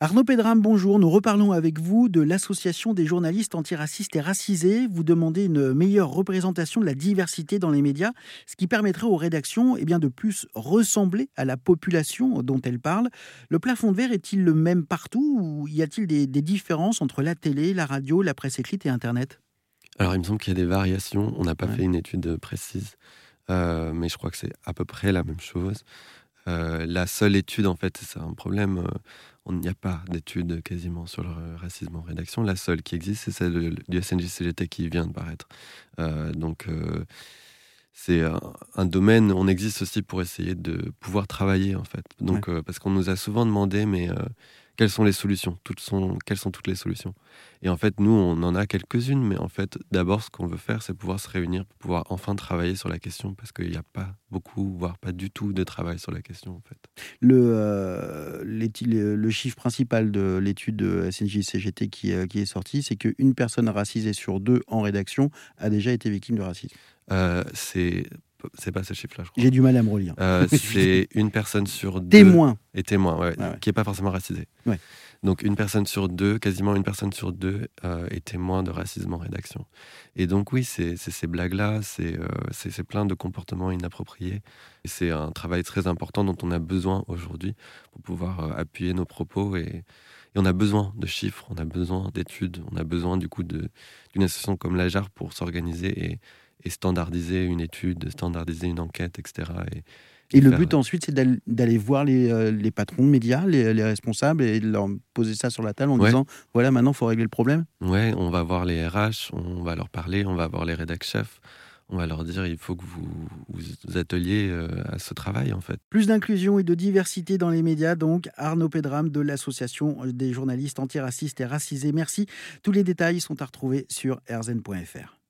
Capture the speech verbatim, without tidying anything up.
Arnaud Pedram, bonjour. Nous reparlons avec vous de l'Association des journalistes antiracistes et racisés. Vous demandez une meilleure représentation de la diversité dans les médias, ce qui permettrait aux rédactions eh bien, de plus ressembler à la population dont elles parlent. Le plafond de verre est-il le même partout ou y a-t-il des, des différences entre la télé, la radio, la presse écrite et Internet ? Alors, il me semble qu'il y a des variations. On n'a pas Ouais. fait une étude précise, euh, mais je crois que c'est à peu près la même chose. Euh, la seule étude, en fait, c'est un problème. Euh, il n'y a pas d'étude quasiment sur le racisme en rédaction. La seule qui existe, c'est celle du S N J C G T qui vient de paraître. Euh, donc, euh, c'est un, un domaine. On existe aussi pour essayer de pouvoir travailler, en fait. Donc, Ouais. euh, parce qu'on nous a souvent demandé, mais euh, quelles sont les solutions toutes sont, Quelles sont toutes les solutions? Et en fait, nous, on en a quelques-unes, mais en fait, d'abord, ce qu'on veut faire, c'est pouvoir se réunir pour pouvoir enfin travailler sur la question, parce qu'il n'y a pas beaucoup, voire pas du tout de travail sur la question, en fait. Le, euh, l'éti- le, le chiffre principal de l'étude de S N J C G T qui, euh, qui est sorti, c'est qu'une personne racisée sur deux en rédaction a déjà été victime de racisme. Euh, c'est, c'est pas ce chiffre-là, je crois. J'ai du mal à me relire. Euh, c'est une personne sur deux... Témoin. Et témoin, ouais, Ah ouais. qui n'est pas forcément racisée. Ouais. Donc une personne sur deux, quasiment une personne sur deux euh, est témoin de racisme en rédaction. Et donc oui, c'est, c'est ces blagues-là, c'est, euh, c'est, c'est plein de comportements inappropriés. Et c'est un travail très important dont on a besoin aujourd'hui pour pouvoir euh, appuyer nos propos. Et, et on a besoin de chiffres, on a besoin d'études, on a besoin du coup de, d'une association comme la J A R pour s'organiser et, et standardiser une étude, standardiser une enquête, et cetera. Et, Et le faire- but ensuite, c'est d'aller, d'aller voir les, euh, les patrons de médias, les, les responsables, et de leur poser ça sur la table en Ouais. disant, voilà, maintenant, il faut régler le problème. Ouais, on va voir les R H, on va leur parler, on va voir les rédac chefs, on va leur dire il faut que vous vous atteliez euh, à ce travail en fait. Plus d'inclusion et de diversité dans les médias, donc. Arnaud Pedram de l'Association des journalistes antiracistes et racisés. Merci. Tous les détails sont à retrouver sur r zen point f r.